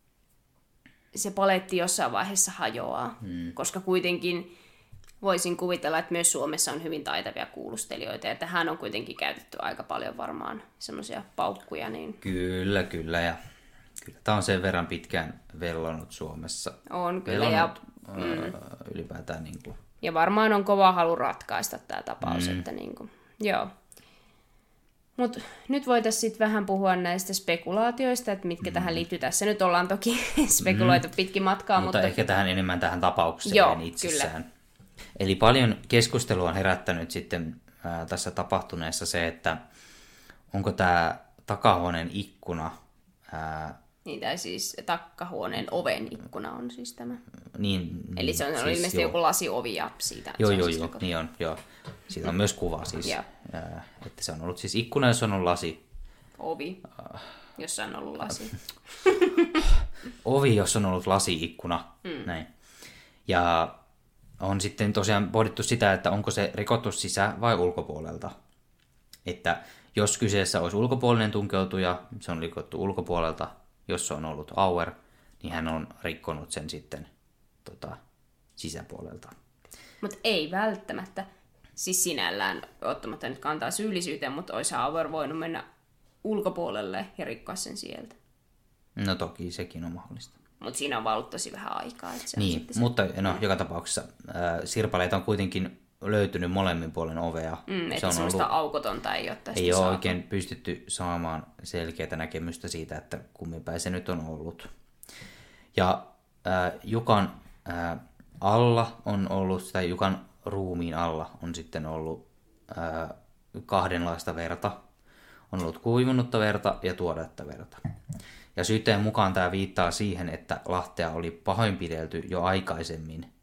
se paletti jossain vaiheessa hajoaa, hmm. koska kuitenkin voisin kuvitella, että myös Suomessa on hyvin taitavia kuulustelijoita, ja tähän on kuitenkin käytetty aika paljon varmaan semmoisia paukkuja. Niin... Kyllä, kyllä, ja kyllä tämä on sen verran pitkään vellonut Suomessa. On kyllä, vellonut, ja mm. ylipäätään. Niin kuin... Ja varmaan on kova halu ratkaista tämä tapaus, mm. että niin kuin, joo. Mutta nyt voitaisiin sitten vähän puhua näistä spekulaatioista, että mitkä mm. tähän liittyy. Tässä nyt ollaan toki spekuloitu mm. pitkin matkaa. Mutta, mutta ehkä tähän enemmän tähän tapaukseen Joo, itsessään. Kyllä. Eli paljon keskustelua on herättänyt sitten ää, tässä tapahtuneessa se, että onko tämä takahuoneen ikkuna ää, Niin, tai siis takkahuoneen oven ikkuna on siis tämä. Niin, Eli se on siis, ilmeisesti joo. joku lasiovi ja siitä. Joo, se on joo, siis joo, rikottu. niin on, joo. Siitä on myös kuva siis, Joo. ää, että se on ollut siis ikkuna, jos on ollut lasi. Ovi, jossa on ollut lasi. Ovi, jos on ollut lasi-ikkuna, mm. näin. Ja on sitten tosiaan pohdittu sitä, että onko se rikottu sisä- vai ulkopuolelta. Että jos kyseessä olisi ulkopuolinen tunkeutuja, se on rikottu ulkopuolelta. Jos se on ollut Auer, niin hän on rikkonut sen sitten tota, sisäpuolelta. Mutta ei välttämättä, siis sinällään ottamatta nyt kantaa syyllisyyteen, mutta olisi Auer voinut mennä ulkopuolelle ja rikkoa sen sieltä. No toki sekin on mahdollista. Mutta siinä on vaan ollut tosi vähän aikaa. Että se on Niin, sitten se... mutta no, joka tapauksessa ää, sirpaleita on kuitenkin löytynyt molemmin puolen ovea. Mm, se että on semmoista ollut, aukotonta ei ole tästä ei ole saatu. oikein pystytty saamaan selkeää näkemystä siitä, että kummin päin se nyt on ollut. Ja ää, Jukan ää, alla on ollut, tai Jukan ruumiin alla on sitten ollut ää, kahdenlaista verta. On ollut kuivunutta verta ja tuoretta verta. Ja syytteen mukaan tämä viittaa siihen, että Lahtea oli pahoinpidelty jo aikaisemmin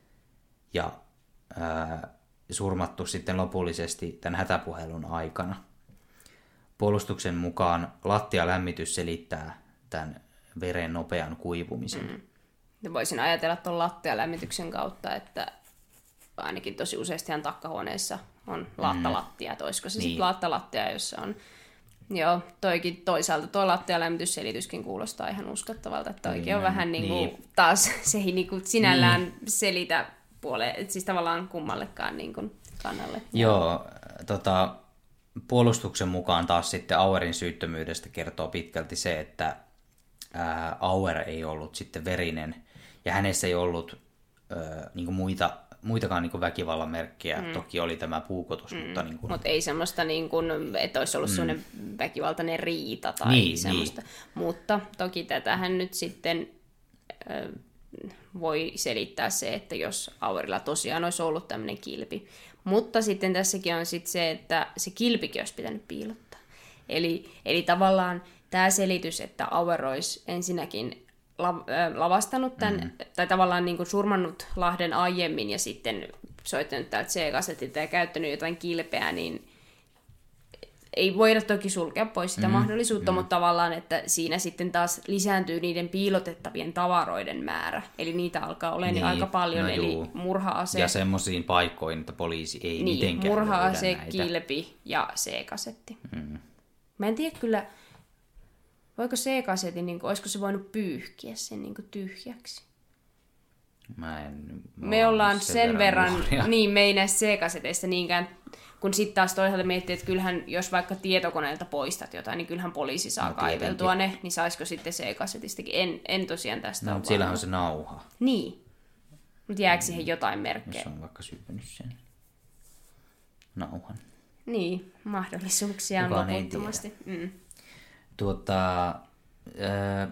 ja ää, surmattu sitten lopullisesti tämän hätäpuhelun aikana. Puolustuksen mukaan lattialämmitys selittää tämän veren nopean kuivumisen. Mm. Ja voisin ajatella tuon lattialämmityksen kautta, että ainakin tosi useastihan takkahuoneessa on laattalattia, että olisiko se Niin. sitten laattalattia, jossa on... Joo, toikin toisaalta tuo lattialämmitysselityskin kuulostaa ihan uskottavalta, että toikin Niin, on vähän niin kuin niin. taas se ei niin kuin sinällään niin. selitä puoleen, että siis tavallaan kummallekaan niin kuin kannalle. Joo, tota, puolustuksen mukaan taas sitten Auerin syyttömyydestä kertoo pitkälti se, että ää, Auer ei ollut sitten verinen ja hänessä ei ollut ää, niin kuin muita, muitakaan niin kuin väkivallan merkkejä. Mm. Toki oli tämä puukotus, mm. mutta... Niin kuin... Mutta ei semmoista, niin kuin, että olisi ollut mm. semmoinen väkivaltainen riita tai niin, semmoista. Niin. Mutta toki tätähän nyt sitten äh, voi selittää se, että jos Auerilla tosiaan olisi ollut tämmöinen kilpi. Mutta sitten tässäkin on sitten se, että se kilpikin olisi pitänyt piilottaa. Eli, eli tavallaan tämä selitys, että Auer olisi ensinnäkin lavastanut tämän, mm. tai tavallaan niin kuin surmannut Lahden aiemmin ja sitten soittanut täältä C-kasetilta ja käyttänyt jotain kilpeä, niin ei voida toki sulkea pois sitä mm. mahdollisuutta, mm. mutta tavallaan, että siinä sitten taas lisääntyy niiden piilotettavien tavaroiden määrä. Eli niitä alkaa olla niin, aika paljon, no eli juu. murha-ase... Ja semmoisiin paikkoihin, että poliisi ei niin, mitenkään murha-ase, löydä näitä. kilpi ja C-kasetti. Mm. Mä en tiedä kyllä... Voiko C-kasetin, niin kuin, olisiko se voinut pyyhkiä sen niin kuin tyhjäksi? Mä en... Me ollaan sen, sen verran, nuoria. niin me ei näissä C-kaseteissa niinkään, kun sitten taas toisaalta miettii, että kyllähän jos vaikka tietokoneelta poistat jotain, niin kyllähän poliisi saa No, kaiveltua ne, niin saisiko sitten C-kasetistakin? En, en tosiaan tästä No, ole mutta siellähän on varma. se nauha, Niin, mutta jääkö siihen jotain merkkejä? jos on vaikka syönyt sen nauhan. Niin, mahdollisuuksia on Kukaan ei loputtomasti. Mm. Tuota, ää,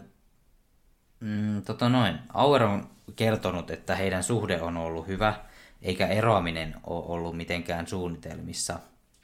mm, tota noin. Auer on kertonut, että heidän suhde on ollut hyvä, eikä eroaminen ole ollut mitenkään suunnitelmissa.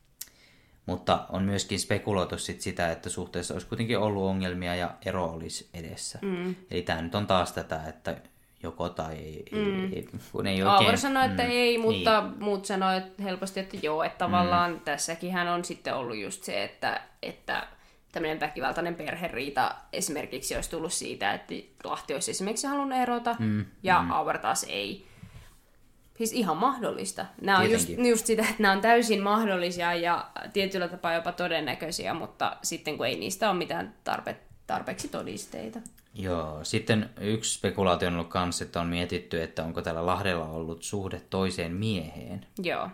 Mutta on myöskin spekuloitu sit sitä, että suhteessa olisi kuitenkin ollut ongelmia ja ero olisi edessä. Mm. Eli tämä nyt on taas tätä, että joko tai ei, mm. ei, kun ei oikein... Auer sanoi, että mm, ei, mutta niin. muut sanoi helposti, että joo, että tavallaan mm. tässäkin hän on sitten ollut just se, että, että tämmöinen väkivaltainen perheriita esimerkiksi olisi tullut siitä, että Lahti olisi esimerkiksi halunnut erota mm. ja mm. Auer taas ei. Siis ihan mahdollista. Nämä on just, just sitä, että nämä on täysin mahdollisia ja tietyllä tapaa jopa todennäköisiä, mutta sitten kun ei niistä ole mitään tarpe, tarpeeksi todisteita. Joo, sitten yksi spekulaatio on ollut kanssa, että on mietitty, että onko tällä Lahdella ollut suhde toiseen mieheen. Joo.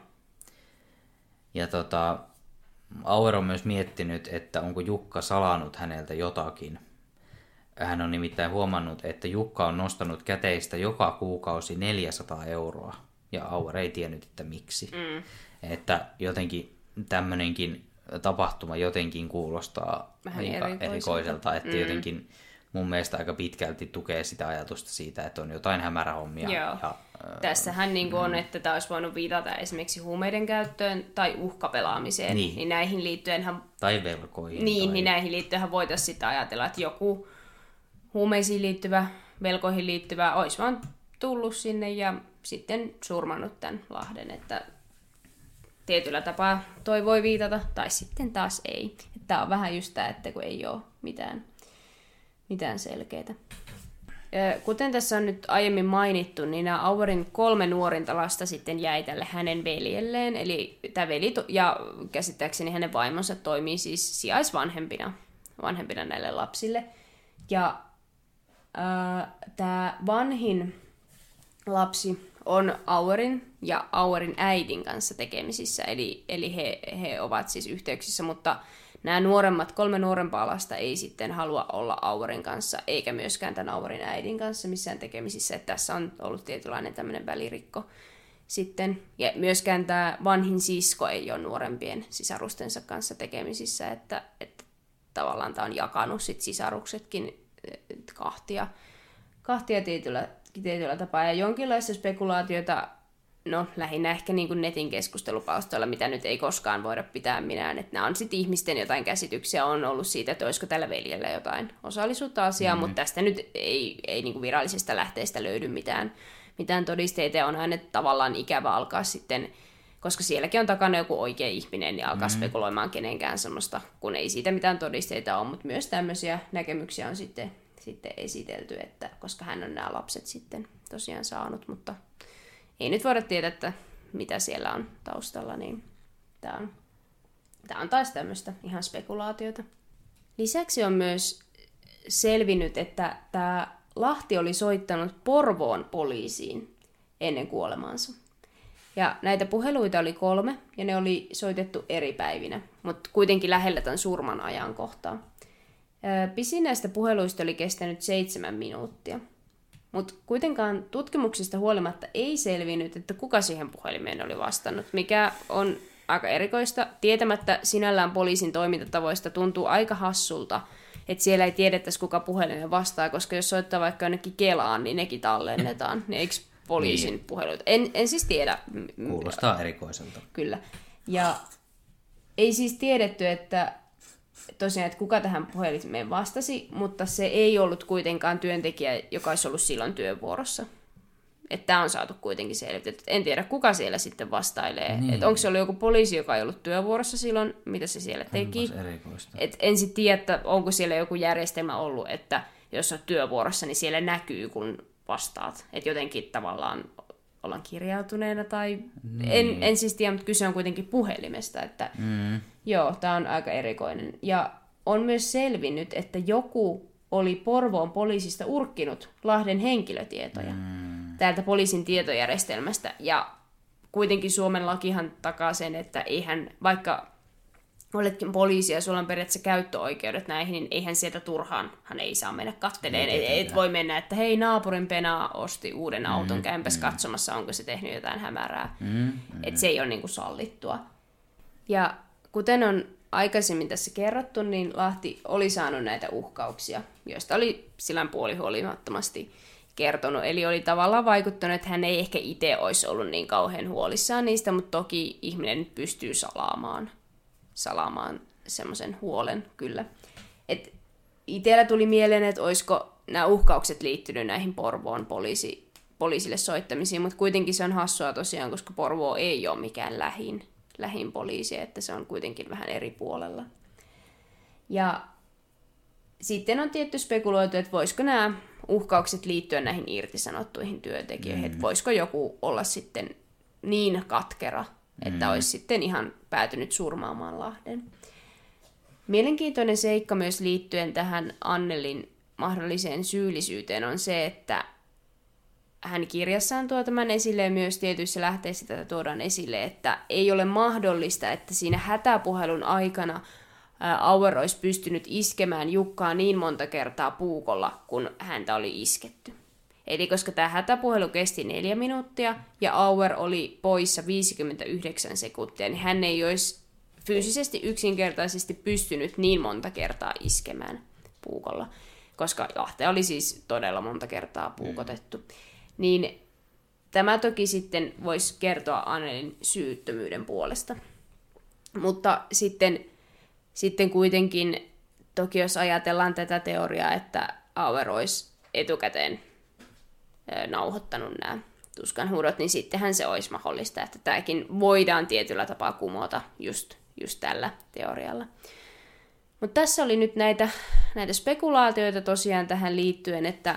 Ja tota, Auer on myös miettinyt, että onko Jukka salannut häneltä jotakin. Hän on nimittäin huomannut, että Jukka on nostanut käteistä joka kuukausi neljäsataa euroa. Ja Auer ei tiennyt, että miksi. Mm. Että jotenkin tämmöinenkin tapahtuma jotenkin kuulostaa vähän aika erikoiselta, erikoiselta, että mm. jotenkin mun mielestä aika pitkälti tukee sitä ajatusta siitä, että on jotain hämärähommia. Joo. Ja, Tässähän niin on, että tämä olisi voinut viitata esimerkiksi huumeiden käyttöön tai uhkapelaamiseen. Niin. Niin näihin liittyenhän... Tai velkoihin. Niin, tai... niin näihin liittyenhän voitaisiin sitten ajatella, että joku huumeisiin liittyvä, velkoihin liittyvä, olisi vaan tullut sinne ja sitten surmannut tämän Lahden, että tietyllä tapaa toi voi viitata, tai sitten taas ei. Tämä on vähän just tämä, että kun ei ole mitään, mitään selkeää. Kuten tässä on nyt aiemmin mainittu, niin nämä Auerin kolme nuorinta lasta sitten jäi tälle hänen veljelleen, eli tämä veli ja käsittääkseni hänen vaimonsa toimii siis sijaisvanhempina vanhempina näille lapsille. Ja äh, tämä vanhin lapsi on Auerin ja Auerin äidin kanssa tekemisissä, eli, eli he, he ovat siis yhteyksissä, mutta nämä nuoremmat, kolme nuorempaa lasta ei sitten halua olla Auerin kanssa, eikä myöskään tämän Auerin äidin kanssa missään tekemisissä, että tässä on ollut tietynlainen tämmöinen välirikko sitten. Ja myöskään tämä vanhin sisko ei ole nuorempien sisarustensa kanssa tekemisissä, että, että tavallaan tämä on jakanut sit sisaruksetkin kahtia, kahtia tietyllä, tietyllä tapaa. Ja jonkinlaista spekulaatiota, no lähinnä ehkä niin kuin netin keskustelupalstoilla, mitä nyt ei koskaan voida pitää minään, että nämä on sitten ihmisten jotain käsityksiä, on ollut siitä, että olisiko tällä veljellä jotain osallisuutta asiaa, mm-hmm. mutta tästä nyt ei, ei niin kuin virallisesta lähteestä löydy mitään, mitään todisteita, ja on aina tavallaan ikävä alkaa sitten, koska sielläkin on takana joku oikea ihminen, niin alkaa mm-hmm. spekuloimaan kenenkään semmoista, kun ei siitä mitään todisteita ole, mutta myös tämmöisiä näkemyksiä on sitten, sitten esitelty, että koska hän on nämä lapset sitten tosiaan saanut, mutta ei nyt voida tietää, että mitä siellä on taustalla, niin tämä on, tämä on taas tämmöistä ihan spekulaatiota. Lisäksi on myös selvinnyt, että tämä Lahti oli soittanut Porvoon poliisiin ennen kuolemaansa. Ja näitä puheluita oli kolme, ja ne oli soitettu eri päivinä, mutta kuitenkin lähellä tämän surman ajankohtaa. Pisin näistä puheluista oli kestänyt seitsemän minuuttia. Mutta kuitenkaan tutkimuksista huolimatta ei selvinnyt, että kuka siihen puhelimeen oli vastannut, mikä on aika erikoista. Tietämättä sinällään poliisin toimintatavoista tuntuu aika hassulta, että siellä ei tiedettäisi, kuka puhelimeen vastaa, koska jos soittaa vaikka jonnekin Kelaan, niin nekin tallennetaan. Niin eikö poliisin niin. puheluita? En, en siis tiedä. Kuulostaa erikoiselta. Kyllä. Ja ei siis tiedetty, että tosiaan, että kuka tähän puhelimeen vastasi, mutta se ei ollut kuitenkaan työntekijä, joka olisi ollut silloin työvuorossa. Että tämä on saatu kuitenkin selvitetty. En tiedä, kuka siellä sitten vastailee. Niin. Että onko se ollut joku poliisi, joka ei ollut työvuorossa silloin, mitä se siellä teki. Et en sitten tiedä, että onko siellä joku järjestelmä ollut, että jos olet työvuorossa, niin siellä näkyy, kun vastaat. Että jotenkin tavallaan ollaan kirjautuneena tai... Niin. En, en siis tiedä, mutta kyse on kuitenkin puhelimesta, että... Mm. Joo, tämä on aika erikoinen. Ja on myös selvinnyt, että joku oli Porvoon poliisista urkkinut Lahden henkilötietoja mm. täältä poliisin tietojärjestelmästä. Ja kuitenkin Suomen lakihan takaa sen, että eihän, vaikka oletkin poliisi ja sulla on periaatteessa käyttöoikeudet näihin, niin eihän sieltä turhaan, hän ei saa mennä katteleen. Et, et voi mennä, että hei, naapurin Pena osti uuden auton, mm. käymäpäs mm. katsomassa, onko se tehnyt jotain hämärää. Mm. Mm. Että se ei ole niinku sallittua. Ja kuten on aikaisemmin tässä kerrottu, niin Lahti oli saanut näitä uhkauksia, joista oli sillä puolihuolimattomasti kertonut. Eli oli tavallaan vaikuttanut, että hän ei ehkä itse olisi ollut niin kauhean huolissaan niistä, mutta toki ihminen nyt pystyy salaamaan, salaamaan semmoisen huolen kyllä. Et itsellä tuli mieleen, että olisiko nämä uhkaukset liittynyt näihin Porvoon poliisi, poliisille soittamisiin, mutta kuitenkin se on hassua tosiaan, koska Porvoo ei ole mikään lähin. lähin poliisi, että se on kuitenkin vähän eri puolella. Ja sitten on tietty spekuloitu, että voisiko nämä uhkaukset liittyä näihin irtisanottuihin työntekijöihin, mm. että voisiko joku olla sitten niin katkera, että mm. olisi sitten ihan päätynyt surmaamaan Lahden. Mielenkiintoinen seikka myös liittyen tähän Annelin mahdolliseen syyllisyyteen on se, että hän kirjassaan tuo tämän esille ja myös tietyissä lähteissä tätä tuodaan esille, että ei ole mahdollista, että siinä hätäpuhelun aikana Auer olisi pystynyt iskemään Jukkaa niin monta kertaa puukolla, kun häntä oli isketty. Eli koska tämä hätäpuhelu kesti neljä minuuttia ja Auer oli poissa viisikymmentäyhdeksän sekuntia, niin hän ei olisi fyysisesti yksinkertaisesti pystynyt niin monta kertaa iskemään puukolla, koska Lahtea oli siis todella monta kertaa puukotettu. Mm. Niin tämä toki sitten voisi kertoa Annelin syyttömyyden puolesta. Mutta sitten, sitten kuitenkin, toki jos ajatellaan tätä teoriaa, että Auer olisi etukäteen nauhoittanut nämä tuskanhuudot, niin sittenhän se olisi mahdollista, että tämäkin voidaan tietyllä tapaa kumota just, just tällä teorialla. Mutta tässä oli nyt näitä, näitä spekulaatioita tosiaan tähän liittyen, että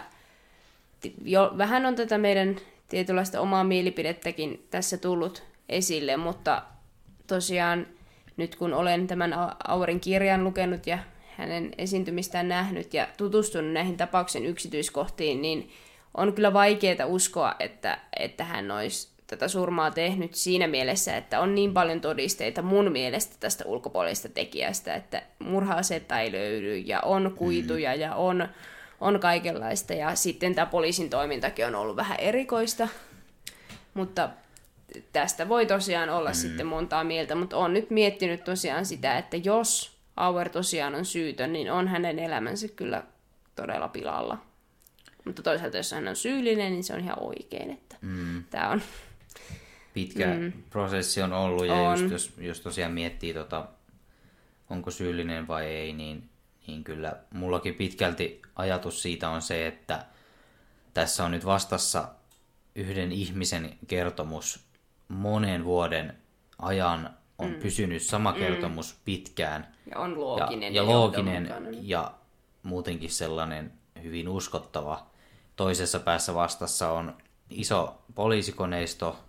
jo vähän on tätä meidän tietynlaista omaa mielipidettäkin tässä tullut esille, mutta tosiaan nyt kun olen tämän Auerin kirjan lukenut ja hänen esiintymistään nähnyt ja tutustunut näihin tapauksen yksityiskohtiin, niin on kyllä vaikeaa uskoa, että, että hän olisi tätä surmaa tehnyt siinä mielessä, että on niin paljon todisteita mun mielestä tästä ulkopuolisesta tekijästä, että murha-asetta ei löydy ja on kuituja ja on, on kaikenlaista. Ja sitten tämä poliisin toimintakin on ollut vähän erikoista, mutta tästä voi tosiaan olla mm. sitten montaa mieltä, mutta olen nyt miettinyt tosiaan sitä, että jos Auer tosiaan on syytön, niin on hänen elämänsä kyllä todella pilalla. Mutta toisaalta, jos hän on syyllinen, niin se on ihan oikein, että mm. tämä on... Pitkä mm. prosessi on ollut, ja on. Just, jos, jos tosiaan miettii, tota, onko syyllinen vai ei, niin, niin kyllä mullakin pitkälti ajatus siitä on se, että tässä on nyt vastassa yhden ihmisen kertomus monen vuoden ajan, on mm. pysynyt sama kertomus mm. pitkään. Ja on looginen. Ja, ja looginen ja muutenkin sellainen hyvin uskottava. Toisessa päässä vastassa on iso poliisikoneisto,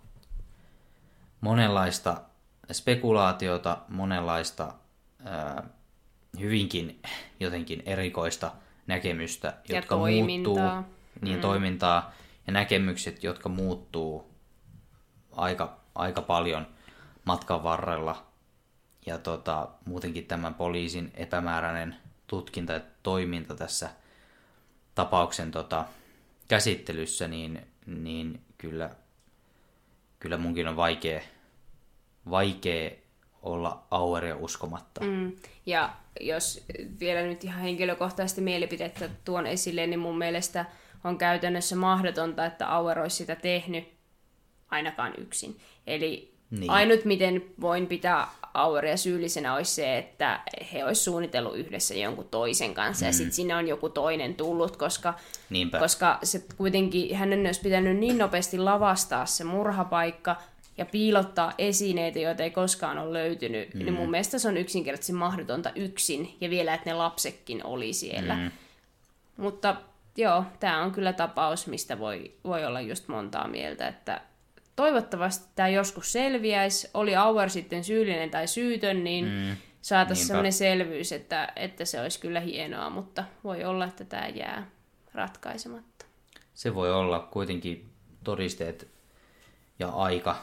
monenlaista spekulaatiota, monenlaista ää, hyvinkin jotenkin erikoista näkemystä, ja jotka toimintaa. muuttuu, niin mm. toimintaa ja näkemykset, jotka muuttuu aika, aika paljon matkan varrella. Ja tota, muutenkin tämän poliisin epämääräinen tutkinta ja toiminta tässä tapauksen tota, käsittelyssä, niin, niin kyllä, kyllä munkin on vaikea, vaikea olla Aueria uskomatta. Mm. Ja jos vielä nyt ihan henkilökohtaista mielipidettä tuon esille, niin mun mielestä on käytännössä mahdotonta, että Auer olisi sitä tehnyt ainakaan yksin. Eli niin. Ainut, miten voin pitää Aueria syyllisenä, olisi se, että he olisi suunnitellut yhdessä jonkun toisen kanssa, mm. ja sitten sinne on joku toinen tullut, koska, koska se kuitenkin hänen olisi pitänyt niin nopeasti lavastaa se murhapaikka ja piilottaa esineitä, joita ei koskaan ole löytynyt, mm. niin mun mielestä se on yksinkertaisesti mahdotonta yksin, ja vielä, että ne lapsetkin oli siellä. Mm. Mutta joo, tämä on kyllä tapaus, mistä voi, voi olla just montaa mieltä, että toivottavasti tämä joskus selviäisi, oli Auer sitten syyllinen tai syytön, niin mm, saataisiin sellainen selvyys, että, että se olisi kyllä hienoa, mutta voi olla, että tämä jää ratkaisematta. Se voi olla kuitenkin todisteet ja aika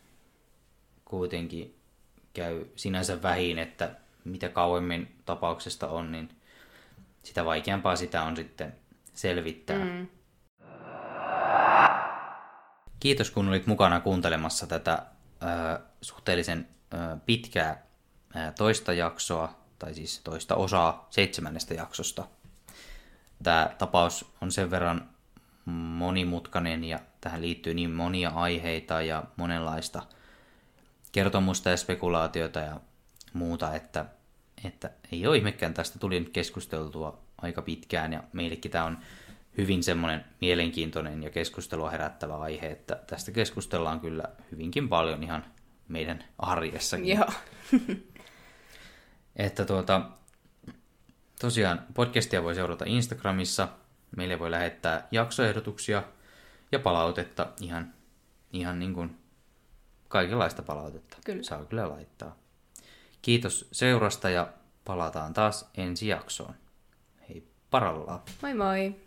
kuitenkin käy sinänsä vähin, että mitä kauemmin tapauksesta on, niin sitä vaikeampaa sitä on sitten selvittää. Mm. Kiitos, kun olit mukana kuuntelemassa tätä äh, suhteellisen äh, pitkää äh, toista jaksoa, tai siis toista osaa seitsemännestä jaksosta. Tämä tapaus on sen verran monimutkainen ja tähän liittyy niin monia aiheita ja monenlaista kertomusta ja spekulaatiota ja muuta, että, että ei ole ihmekään. Tästä tuli nyt keskusteltua aika pitkään ja meillekin tämä on hyvin semmoinen mielenkiintoinen ja keskustelua herättävä aihe, että tästä keskustellaan kyllä hyvinkin paljon ihan meidän arjessakin. Joo. Että tuota, tosiaan podcastia voi seurata Instagramissa, meille voi lähettää jaksoehdotuksia ja palautetta, ihan, ihan niin kuin kaikenlaista palautetta kyllä. Saa kyllä laittaa. Kiitos seurasta ja palataan taas ensi jaksoon. Hei parallaa. Moi moi!